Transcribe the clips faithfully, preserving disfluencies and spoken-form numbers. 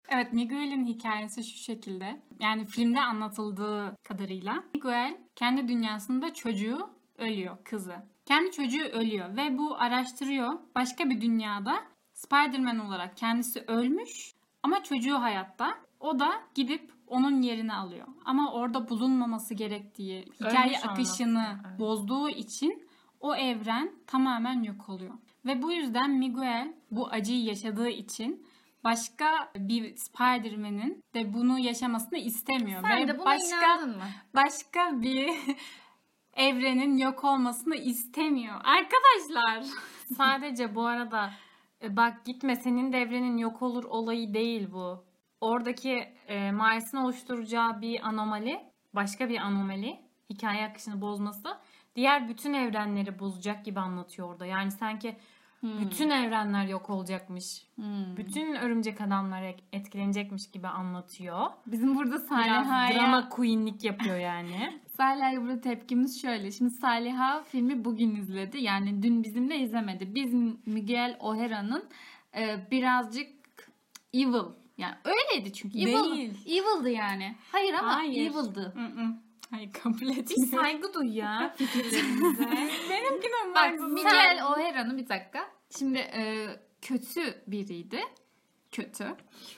Evet, Miguel'in hikayesi şu şekilde. Yani filmde anlatıldığı kadarıyla Miguel kendi dünyasında çocuğu ölüyor, kızı. Kendi çocuğu ölüyor ve bu araştırıyor. Başka bir dünyada Spider-Man olarak kendisi ölmüş ama çocuğu hayatta. O da gidip onun yerini alıyor. Ama orada bulunmaması gerektiği, hikaye Ölmüş akışını olması, evet. bozduğu için o evren tamamen yok oluyor. Ve bu yüzden Miguel bu acıyı yaşadığı için başka bir Spider-Man'in de bunu yaşamasını istemiyor. Sen Ve de buna başka inandın mı? başka bir evrenin yok olmasını istemiyor. Arkadaşlar. Sadece bu arada e, bak gitme senin de evrenin yok olur olayı değil bu. Oradaki e, Miles'ın oluşturacağı bir anomali, başka bir anomali, hikaye akışını bozması diğer bütün evrenleri bozacak gibi anlatıyor orada. Yani sanki Hmm. bütün evrenler yok olacakmış. Hmm. Bütün örümcek adamlar etkilenecekmiş gibi anlatıyor. Bizim burada Biraz Saliha'ya drama queenlik yapıyor yani. Saliha'ya burada tepkimiz şöyle. Şimdi Saliha filmi bugün izledi. Yani dün bizimle izlemedi. Biz Miguel O'Hara'nın e, birazcık evil. Yani öyleydi çünkü. Evil, Değil. Evil'dı yani. Hayır ama Hayır. evil'dı. Mm-mm. Hayır, kabul Bir etmiyorum. saygı duy ya fikirlerimize. Benimkine Bak bak. Miguel O'Hara'nın bir dakika. Şimdi e, kötü biriydi. Kötü.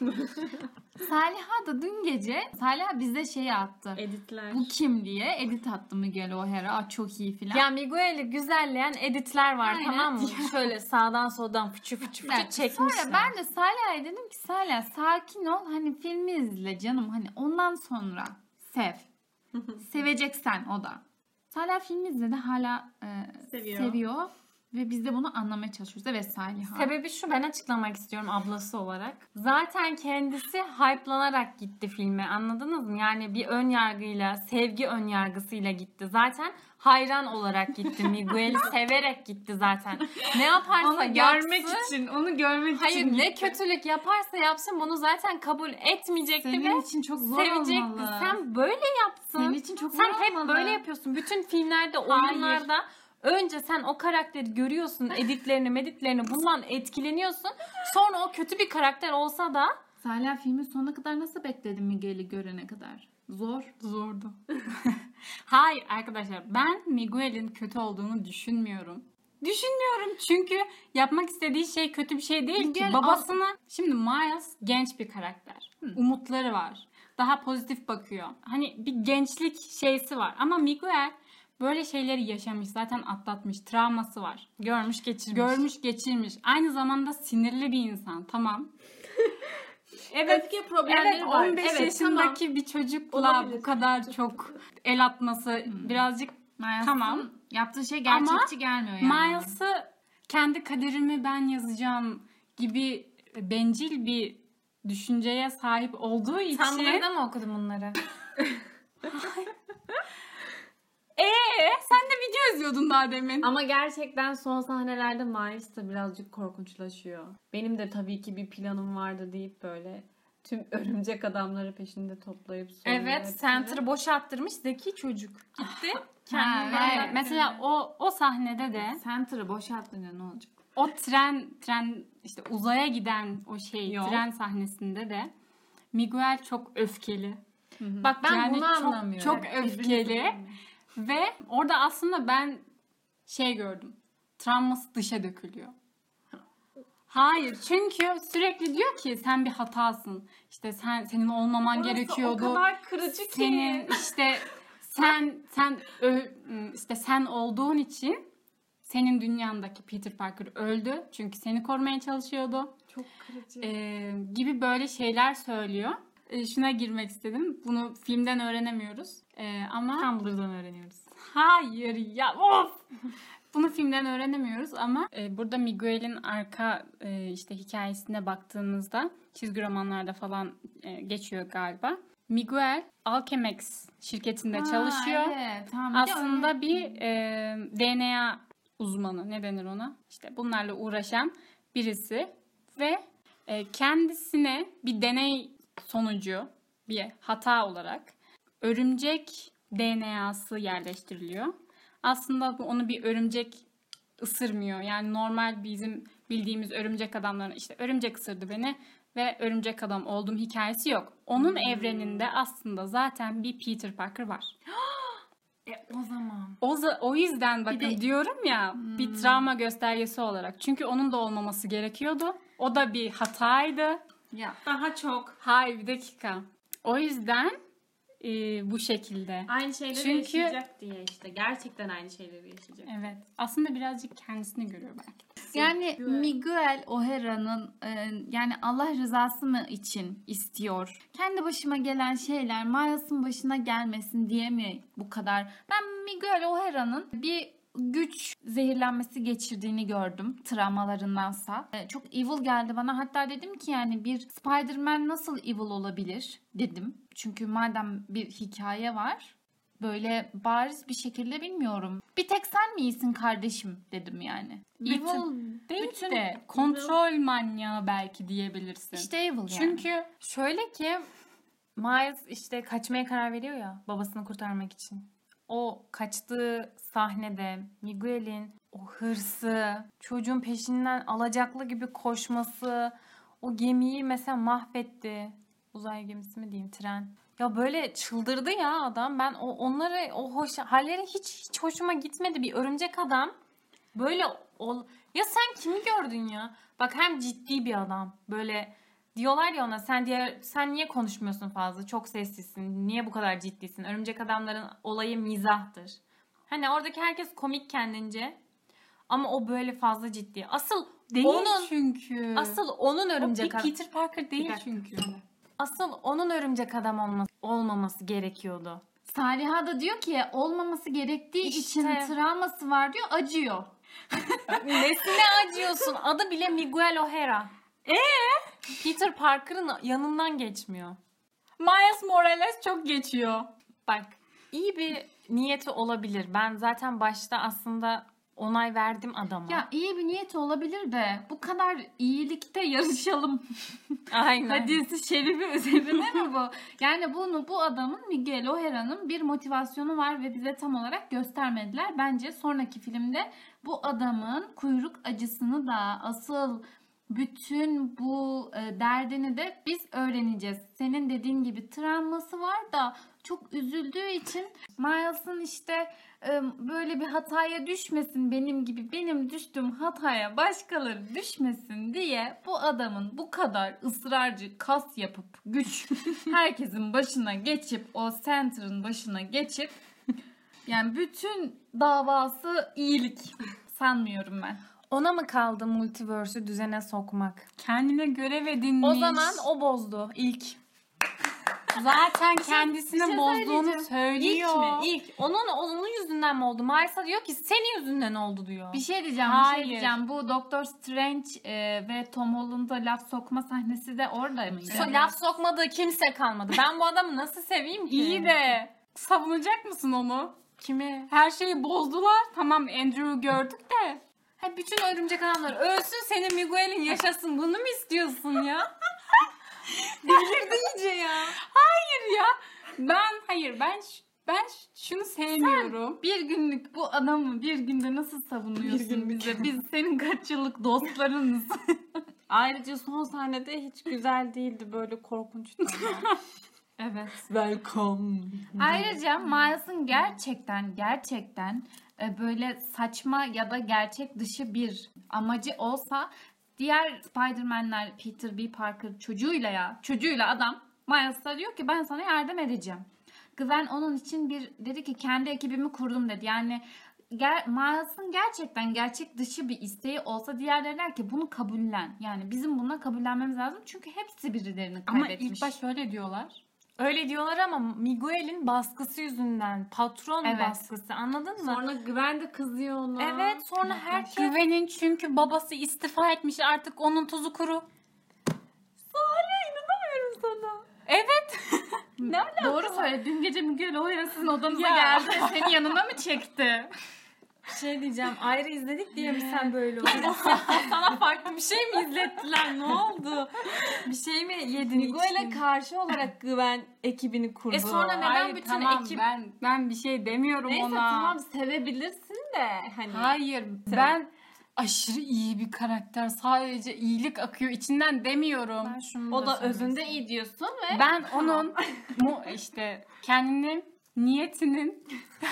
Saliha da dün gece Saliha bize şey attı. Editler. Bu kim diye edit attı Miguel O'Hara. Aa, çok iyi filan. Ya Miguel'i güzelleyen editler var Aynen. tamam mı? Şöyle sağdan soldan fıçı fıçı fıçı Evet, çekmişler. Sonra ben de Saliha'ya dedim ki Salih sakin ol. Hani filmi izle canım. Hani ondan sonra sev. Seveceksen o da. Salih filmi izledi. Hala e, Seviyor. seviyor. Ve biz de bunu anlamaya çalışıyoruz. Evet Saliha. Sebebi şu, ben açıklamak istiyorum ablası olarak. Zaten kendisi hype'lanarak gitti filme, anladınız mı? Yani bir ön yargıyla, sevgi ön yargısıyla gitti. Zaten hayran olarak gitti. Miguel'i severek gitti zaten. Ne yaparsa Onu görmek yapsın, için, onu görmek hayır için. ne gitti. kötülük yaparsa yapsın bunu zaten kabul etmeyecekti Senin ve için çok zor sevecekti. olmalı. Sen böyle yaptın. Senin için çok Sen zor hep olmalı. böyle yapıyorsun. Bütün filmlerde, oyunlarda önce sen o karakteri görüyorsun, editlerini, meditlerini bundan etkileniyorsun. Sonra o kötü bir karakter olsa da Salih filmin sonuna kadar nasıl bekledin Miguel'i görene kadar? Zor. Zordu. Hayır arkadaşlar, ben Miguel'in kötü olduğunu düşünmüyorum. Düşünmüyorum çünkü yapmak istediği şey kötü bir şey değil Miguel ki. Babasına... Şimdi Miles genç bir karakter. Umutları var. Daha pozitif bakıyor. Hani bir gençlik şeysi var. Ama Miguel böyle şeyleri yaşamış. Zaten atlatmış. Travması var. görmüş geçirmiş. Görmüş, geçirmiş. Aynı zamanda sinirli bir insan. Tamam. Evet, Öfke problemleri evet, var. on beş Evet, yaşındaki tamam. bir çocukla Olabilir. bu kadar çok el atması birazcık Miles'ın tamam. yaptığı şey gerçekçi Ama gelmiyor yani. Miles'ı kendi kaderimi ben yazacağım gibi bencil bir düşünceye sahip olduğu için... Tumblr'da mı okudun bunları? Eee sen de video izliyordun daha demin. Ama gerçekten son sahnelerde Miles de birazcık korkunçlaşıyor. Benim de tabii ki bir planım vardı deyip böyle tüm örümcek adamları peşinde toplayıp soruyor. Evet, hepsini. Center'ı boşalttırmış zeki çocuk. Gitti. Kendini Ha, evet. evet. Mesela o o sahnede de Center'ı boşalttın ne olacak? o tren tren işte uzaya giden o şey Yol. tren sahnesinde de Miguel çok öfkeli. Bak ben Yani bunu çok, anlamıyorum. Çok öfkeli ve orada aslında ben şey gördüm. Travması dışa dökülüyor. Hayır, çünkü sürekli diyor ki sen bir hatasın. İşte sen senin olmaman Orası gerekiyordu. o kadar kırıcı ki. Senin işte sen sen ö- işte sen olduğun için senin dünyandaki Peter Parker öldü. Çünkü seni korumaya çalışıyordu. Çok kırıcı. Ee, gibi böyle şeyler söylüyor. Ee, şuna girmek istedim. Bunu filmden öğrenemiyoruz. Ee, ama Tumblr'dan öğreniyoruz. hayır ya of. Bunu filmden öğrenemiyoruz ama e, burada Miguel'in arka e, işte hikayesine baktığınızda çizgi romanlarda falan e, geçiyor galiba. Miguel Alchemax şirketinde Ha, çalışıyor. Evet, tamam. Bir de Aslında öyle- bir e, D N A uzmanı, ne denir ona? İşte bunlarla uğraşan birisi ve e, kendisine bir deney sonucu, bir hata olarak örümcek D N A'sı yerleştiriliyor. Aslında bu onu bir örümcek ısırmıyor. Yani normal bizim bildiğimiz örümcek adamların işte örümcek ısırdı beni, ve örümcek adam oldum hikayesi yok. Onun evreninde aslında zaten bir Peter Parker var. E o zaman. O, za- o yüzden bakın de- diyorum ya bir travma göstergesi olarak. Çünkü onun da olmaması gerekiyordu. O da bir hataydı. Ya Daha çok. Hayır bir dakika. O yüzden e, bu şekilde. Aynı şeyleri Çünkü- yaşayacak diye işte. Gerçekten aynı şeyleri yaşayacak. Evet. Aslında birazcık kendisini görüyor belki. yani Miguel O'Hara'nın e, yani Allah rızası mı için istiyor? Kendi başıma gelen şeyler Miles'ın başına gelmesin diye mi bu kadar? Ben Miguel O'Hara'nın bir güç zehirlenmesi geçirdiğini gördüm travmalarındansa. E, çok evil geldi bana. Hatta dedim ki yani bir Spider-Man nasıl evil olabilir dedim. Çünkü madem bir hikaye var böyle bariz bir şekilde bilmiyorum. Bir tek sen mi iyisin kardeşim dedim yani. Bütün- Evil Değil bütün de kontrol manyağı belki diyebilirsin. işte evil yani. Çünkü Şöyle ki Miles işte kaçmaya karar veriyor ya babasını kurtarmak için. O kaçtığı sahnede Miguel'in o hırsı, çocuğun peşinden alacaklı gibi koşması, o gemiyi mesela mahvetti. Uzay gemisi mi diyeyim, tren. Ya böyle çıldırdı ya adam. Ben o onları o hoş halleri hiç hiç hoşuma gitmedi. Bir örümcek adam böyle ol. Ya sen kimi gördün ya? Bak hem ciddi bir adam. Böyle diyorlar ya ona sen diğer sen niye konuşmuyorsun fazla? Çok sessizsin. Niye bu kadar ciddisin? Örümcek adamların olayı mizahtır. Hani oradaki herkes komik kendince. Ama o böyle fazla ciddi. Asıl değil onun çünkü. asıl onun o bir örümcek adam. Peter Parker değil Bir dakika. çünkü. Asıl onun örümcek adam olması, olmaması gerekiyordu. Saliha da diyor ki olmaması gerektiği İşte. için travması var diyor, acıyor. Nesine acıyorsun? Adı bile Miguel O'Hara. Ee? Peter Parker'ın yanından geçmiyor. Miles Morales çok geçiyor. Bak, iyi bir niyeti olabilir. Ben zaten başta aslında onay verdim adama. Ya iyi bir niyet olabilir de bu kadar iyilikte yarışalım. aynen. Hadisi şerifi üzerine mi bu? Yani bunu bu adamın Miguel O'Hara'nın bir motivasyonu var ve bize tam olarak göstermediler. Bence sonraki filmde bu adamın kuyruk acısını da asıl bütün bu e, derdini de biz öğreneceğiz. Senin dediğin gibi travması var da çok üzüldüğü için Miles'ın işte e, böyle bir hataya düşmesin benim gibi benim düştüğüm hataya başkaları düşmesin diye bu adamın bu kadar ısrarcı kas yapıp güç herkesin başına geçip o center'ın başına geçip yani bütün davası iyilik sanmıyorum ben. Ona mı kaldı multiverse'ü düzene sokmak? Kendine görev edinmiş. O zaman o bozdu ilk. zaten bir kendisine şey bozduğunu söyleyeceğim. söylüyor. İlk mi? İlk. Onun, onun yüzünden mi oldu? Miles'a diyor ki senin yüzünden oldu diyor. Bir şey diyeceğim, bir Hayır. şey diyeceğim. Bu Doctor Strange e, ve Tom Holland'a laf sokma sahnesi de orada mıydı? So- laf sokmadığı kimse kalmadı. Ben bu adamı nasıl seveyim ki? İyi de savunacak mısın onu? Kimi? Her şeyi bozdular. Tamam Andrew'u gördük de. Ha, bütün örümcek adamlar ölsün, senin Miguel'in yaşasın. Bunu mu istiyorsun ya? Delirdi iyice ya. Hayır ya. Ben hayır ben ş- ben ş- şunu sevmiyorum. Bir günlük bu adamı bir günde nasıl savunuyorsun Bir günlük. bize? Biz senin kaç yıllık dostlarınız. Ayrıca son sahnede hiç güzel değildi. Böyle korkunçtu. Evet. Welcome. Ayrıca Miles'ın gerçekten gerçekten e, böyle saçma ya da gerçek dışı bir amacı olsa diğer Spider-Man'ler Peter B. Parker çocuğuyla ya çocuğuyla adam Miles'a diyor ki ben sana yardım edeceğim. Gwen onun için bir dedi ki kendi ekibimi kurdum dedi. Yani ger, Miles'ın gerçekten gerçek dışı bir isteği olsa diğerleri der ki bunu kabullen. Yani bizim buna kabullenmemiz lazım. Çünkü hepsi birilerini Ama kaybetmiş. ilk baş öyle diyorlar. Öyle diyorlar ama Miguel'in baskısı yüzünden. Patron Evet. baskısı, anladın mı? Sonra Gwen de kızıyor ona. Evet, sonra herkes... Güven'in çünkü babası istifa etmiş artık onun tuzu kuru. Evet. Doğru söyle. Dün gece Miguel O'Hara sizin odanıza Ya. geldi ve seni yanına mı çekti? Bir şey diyeceğim. Ayrı izledik diye mi sen böyle oldun? Sana farklı bir şey mi izlettiler? Ne oldu? Bir şey mi yedin Miguel'e içtin? karşı olarak Güven ekibini kurdu. E sonra neden Hayır, bütün tamam, ekip... ben ben bir şey demiyorum Neyse ona. tamam sevebilirsin de hani. Hayır ben aşırı iyi bir karakter. Sadece iyilik akıyor içinden demiyorum. Ben şunu O da söylemek özünde istiyorum. iyi diyorsun ve Ben onun mu işte kendinin niyetinin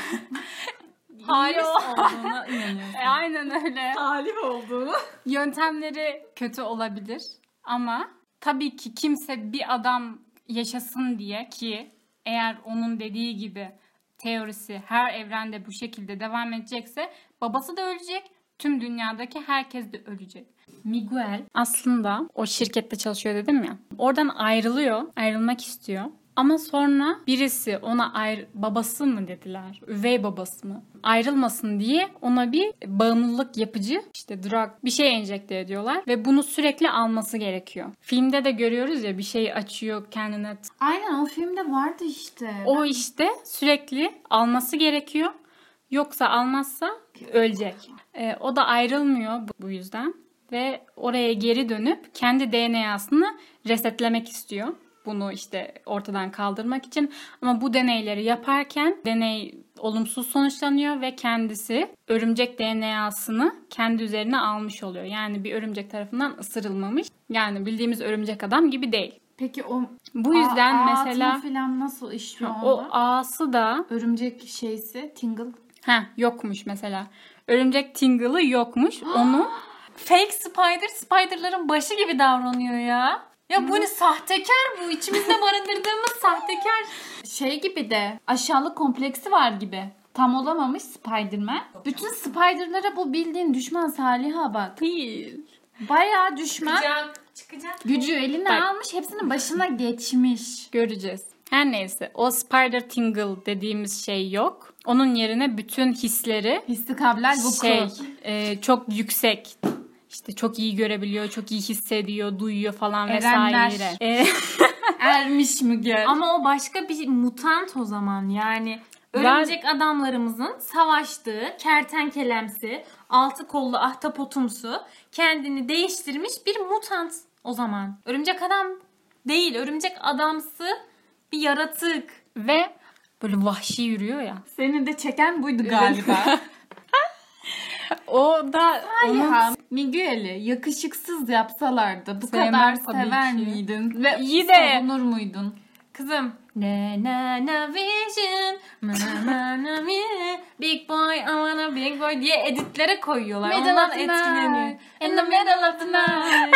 Halis iyi olduğuna inanıyorum. E, aynen öyle. talip olduğunu. Yöntemleri kötü olabilir ama tabii ki kimse bir adam yaşasın diye, ki eğer onun dediği gibi teorisi her evrende bu şekilde devam edecekse babası da ölecek, tüm dünyadaki herkes de ölecek. Miguel aslında o şirkette çalışıyor dedim ya. Oradan ayrılıyor, ayrılmak istiyor. Ama sonra birisi ona ayrı, babası mı dediler, üvey babası mı? Ayrılmasın diye ona bir bağımlılık yapıcı, işte drug bir şey enjekte ediyorlar ve bunu sürekli alması gerekiyor. Filmde de görüyoruz ya, bir şey açıyor kendine. Aynen, o filmde vardı işte. O işte sürekli alması gerekiyor. Yoksa almazsa ölecek. Ee, o da ayrılmıyor bu, bu yüzden ve oraya geri dönüp kendi D N A'sını resetlemek istiyor. Bunu işte ortadan kaldırmak için. Ama bu deneyleri yaparken deney olumsuz sonuçlanıyor ve kendisi örümcek D N A'sını kendi üzerine almış oluyor. Yani bir örümcek tarafından ısırılmamış. Yani bildiğimiz örümcek adam gibi değil. Peki o Bu yüzden ağ- ağ mesela atma falan nasıl işliyor ha, o onda? ağası da Örümcek şeysi, Tingle. heh, yokmuş mesela. Örümcek Tingle'ı yokmuş. Onu Fake Spider, Spider'ların başı gibi davranıyor ya. Ya bu ne sahtekar bu. İçimizde barındırdığımız sahtekar. Şey gibi de, aşağılık kompleksi var gibi. Tam olamamış Spider-Man. Bütün Spider'lara bu bildiğin düşman Saliha bak. değil. Bayağı düşman. Çıkacak. Çıkacak. Gücü eline Bak. almış, hepsinin başına geçmiş. Göreceğiz. Her neyse, o Spider Tingle dediğimiz şey yok. Onun yerine bütün hisleri Hissi kabiler vuku. şey e, çok yüksek. İşte çok iyi görebiliyor, çok iyi hissediyor, duyuyor falan Erenler. vesaire. E, Ermiş Müge. Ama o başka bir mutant o zaman. Yani örümcek adamlarımızın savaştığı kertenkelemsi, altı kollu ahtapotumsu kendini değiştirmiş bir mutant o zaman. Örümcek adam değil, örümcek adamsı bir yaratık. ve böyle vahşi yürüyor ya. Seni de çeken buydu galiba. O da onun Ya Miguel'i yakışıksız yapsalardı bu Sevmem kadar tabii sever ki. miydin? Ve İyi de- savunur muydun? Kızım. Na na na vision, na na na me, big boy, I wanna big boy diye editlere koyuyorlar. Middle Ondan of the etkileniyor. night. In the middle of the night.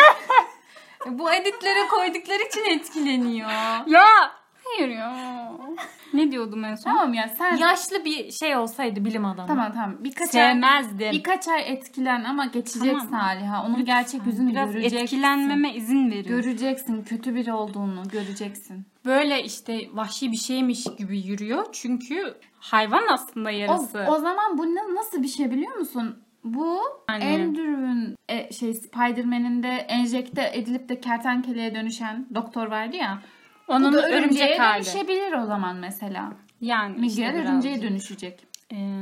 Bu editlere koydukları için etkileniyor. ya hayır ya. Ne diyordum en son? Tamam ya sen Yaşlı bir şey olsaydı bilim adamı. tamam tamam birkaç ay, Sevmezdim. birkaç ay etkilen ama geçecek Tamam. Saliha. Onun gerçek yüzünü Biraz göreceksin. etkilenmeme izin verin. Göreceksin, kötü biri olduğunu göreceksin. Böyle işte vahşi bir şeymiş gibi yürüyor. Çünkü hayvan aslında O, yarısı. o zaman bu ne, nasıl bir şey biliyor musun? Bu Hani- Andrew'un e, şey Spider-Man'in de enjekte edilip de kertenkeleye dönüşen doktor vardı ya. Onun Bu da örümcek örümceğe hali. dönüşebilir o zaman mesela. Yani Miguel işte örümceğe birazcık. dönüşecek. Ee,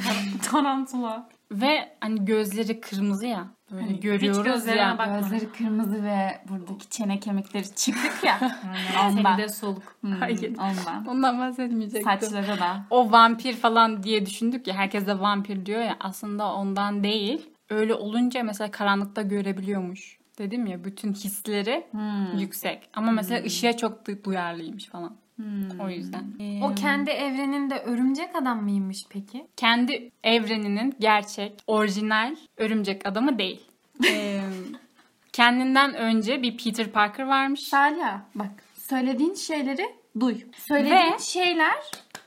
Tarantula. ve hani gözleri kırmızı ya. Böyle Hani görüyoruz gözlerine ya. bak- Bakma. Gözleri kırmızı ve buradaki çene kemikleri çıkık ya. Seni ondan. de soluk. Hmm, Hayır. Ondan. Ondan bahsetmeyecektim. Saçları da. O vampir falan diye düşündük ya. Herkes de vampir diyor ya. Aslında ondan değil. Öyle olunca mesela karanlıkta görebiliyormuş. Dedim ya, bütün hisleri Hmm. yüksek. Ama mesela ışığa çok du- duyarlıymış falan. Hmm. O yüzden. Ee, O kendi evreninde örümcek adam mıymış peki? kendi evreninin gerçek, orijinal örümcek adamı değil. Ee, kendinden önce bir Peter Parker varmış. Salih bak, söylediğin şeyleri duy. Söylediğin Ve- şeyler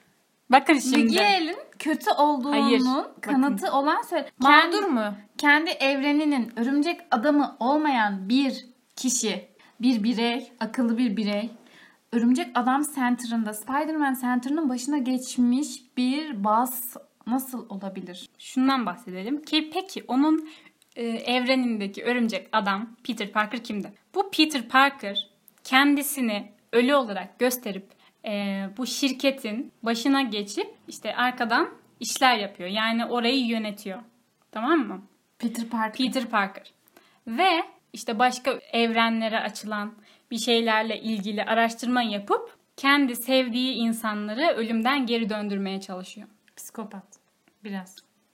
Bakın şimdi. Miguel'in kötü olduğunun Hayır, kanıtı olan söyle. Mağdur Kendi, mu? kendi evreninin örümcek adamı olmayan bir kişi, bir birey, akıllı bir birey, örümcek adam center'ında, Spider-Man center'ının başına geçmiş bir boss nasıl olabilir? Şundan bahsedelim ki peki onun e, evrenindeki örümcek adam Peter Parker kimdi? Bu Peter Parker kendisini ölü olarak gösterip e, bu şirketin başına geçip işte arkadan işler yapıyor. Yani orayı yönetiyor. Tamam mı? Peter Parker. Peter Parker. Ve işte başka evrenlere açılan bir şeylerle ilgili araştırma yapıp kendi sevdiği insanları ölümden geri döndürmeye çalışıyor. Psikopat. Biraz.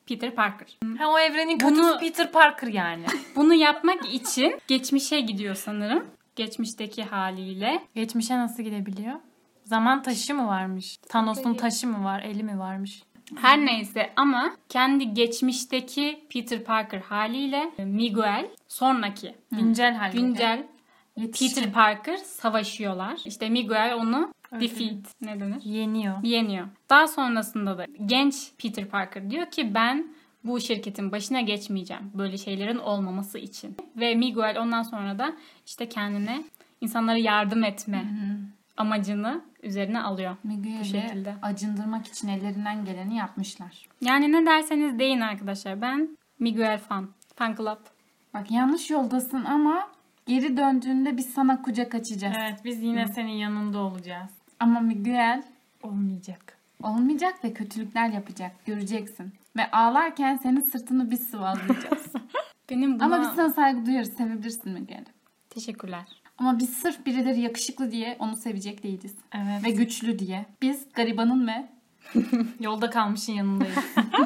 Peter Parker. Ha, o evrenin Bunu- kötüsü Peter Parker yani. Bunu yapmak için geçmişe gidiyor sanırım. Geçmişteki haliyle. Geçmişe nasıl gidebiliyor? Zaman taşı mı varmış? Thanos'un taşı mı var? Eli mi varmış? Her neyse ama kendi geçmişteki Peter Parker haliyle Miguel sonraki Güncel halde. güncel Yetişkin. Peter Parker savaşıyorlar. İşte Miguel onu Öyle. defeat ne denir? Yeniyor. Yeniyor. Daha sonrasında da genç Peter Parker diyor ki ben bu şirketin başına geçmeyeceğim. Böyle şeylerin olmaması için. Ve Miguel ondan sonra da işte kendine insanlara yardım etme amacını üzerine alıyor. Bu Miguel'i şekilde. acındırmak için ellerinden geleni yapmışlar. Yani ne derseniz deyin arkadaşlar. Ben Miguel fan. Fan club. Bak yanlış yoldasın ama geri döndüğünde biz sana kucak açacağız. Evet, biz yine senin yanında olacağız. Ama Miguel Olmayacak. olmayacak ve kötülükler yapacak. Göreceksin. Ve ağlarken senin sırtını biz sıvazlayacağız. Benim buna... Ama biz sana saygı duyuyoruz. Sevebilirsin Miguel'i. Teşekkürler. Ama biz sırf birileri yakışıklı diye onu sevecek değiliz. Evet. Ve güçlü diye. Biz garibanın ve Yolda kalmışın yanındayız.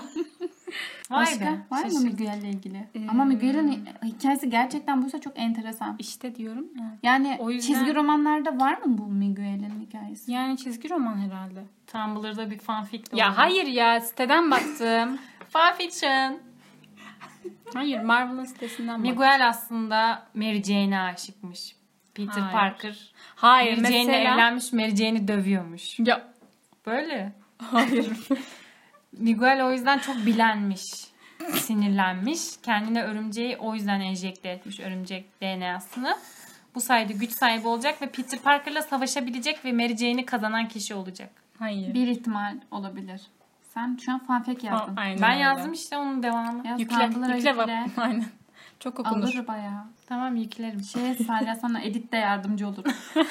Vay başka be. var mı şaşırdım. Miguel'le ilgili? Ee, Ama Miguel'in hi- hikayesi gerçekten buysa çok enteresan. İşte diyorum ya. Yani O yüzden- çizgi romanlarda var mı bu Miguel'in hikayesi? Yani çizgi roman herhalde. Tumblr'da bir fanfic de Ya oldu. hayır ya siteden baktım. Fanfiction. Hayır Marvel'ın sitesinden baktım. Miguel aslında Mary Jane'e aşıkmış. Peter Hayır. Parker. Hayır Mary Jane'le mesela. evlenmiş, Mary Jane'i dövüyormuş. Ya Böyle. hayır. Miguel o yüzden çok bilenmiş. Sinirlenmiş. Kendine örümceği o yüzden enjekte etmiş, örümcek D N A'sını. Bu sayede güç sahibi olacak ve Peter Parker'la savaşabilecek ve Mary Jane'i kazanan kişi olacak. Hayır. Bir ihtimal olabilir. Sen şu an fanfic Aa, yazdın. aynen Ben öyle. yazdım işte onun devamı. Yaz, Yükle, Tumblr'a yükle bak. yükle. Aynen. Çok okunur. Alır bayağı. Tamam, yüklerim. Şey Salih sana editte yardımcı olur.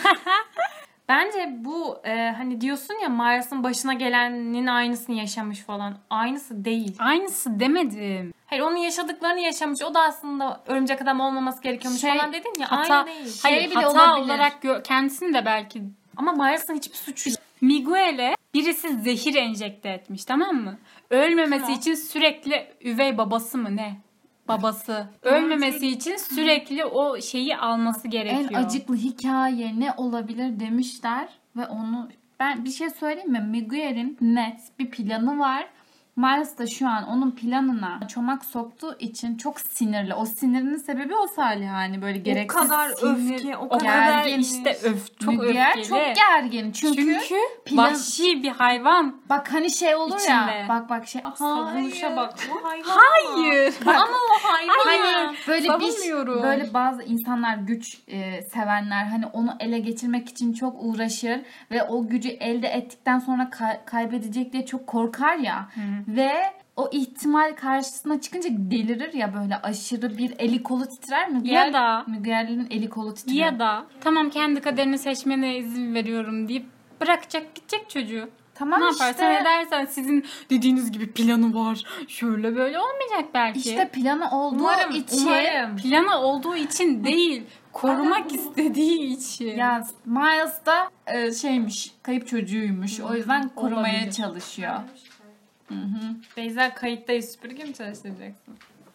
Bence bu e, hani diyorsun ya Miles'ın başına gelenin aynısını yaşamış falan. Aynısı değil. Aynısı demedim. Hayır, onun yaşadıklarını yaşamış. O da aslında örümcek adam olmaması gerekiyormuş Şey, falan dedin ya. hata- Aynı değil. Hayır Şey bile hata olabilir. olarak gö- kendisini de belki Ama Miles'ın hiçbir suçu yok. Miguel'e birisi zehir enjekte etmiş tamam mı? Ölmemesi Tamam. için sürekli üvey babası mı ne? Babası. Ölmemesi için sürekli o şeyi alması En gerekiyor. acıklı hikaye ne olabilir demişler ve onu ben bir şey söyleyeyim mi? Miguel'in net bir planı var. Miles da şu an onun planına çomak soktuğu için çok sinirli. O sinirinin sebebi o Salih hani böyle gereksiz sinir. o O kadar Gergin. işte öf, çok Miguel öfkeli. çok gergin. Çünkü, Çünkü plan- vahşi bir hayvan. bak hani şey olur İçinde. ya. Bak bak şey. Savunuşa bak. Bu hayvan. Hayır. Ama o hayvan. Hayır. Böyle bir Savunmuyorum. böyle bazı insanlar güç e, sevenler hani onu ele geçirmek için çok uğraşır ve o gücü elde ettikten sonra kay- kaybedecek diye çok korkar ya ve o ihtimal karşısına çıkınca delirir ya böyle aşırı bir eli kolu titrer mi? Ya da Miguel'in eli kolu titriyor. ya da tamam kendi kaderini seçmene izin veriyorum deyip bırakacak gidecek çocuğu. Tamam ne işte. yaparsan edersen sizin dediğiniz gibi planı var. Şöyle böyle olmayacak belki. İşte planı olduğu Umarım, için umarım. planı olduğu için değil. Korumak istediği için. ya Miles da e, şeymiş kayıp çocuğuymuş. O yüzden korumaya Olabilir. çalışıyor. Hı hı. Beyza kayıttayız. Süpürge mi çalıştıracaksın?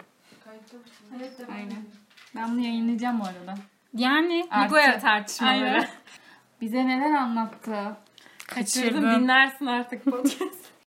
Aynen. Ben bunu yayınlayacağım bu arada. Yani Artı. Miguel tartışmaları. Aynen. Bize neler anlattı? Kaçırdın, Kaçırdım. dinlersin artık podcast.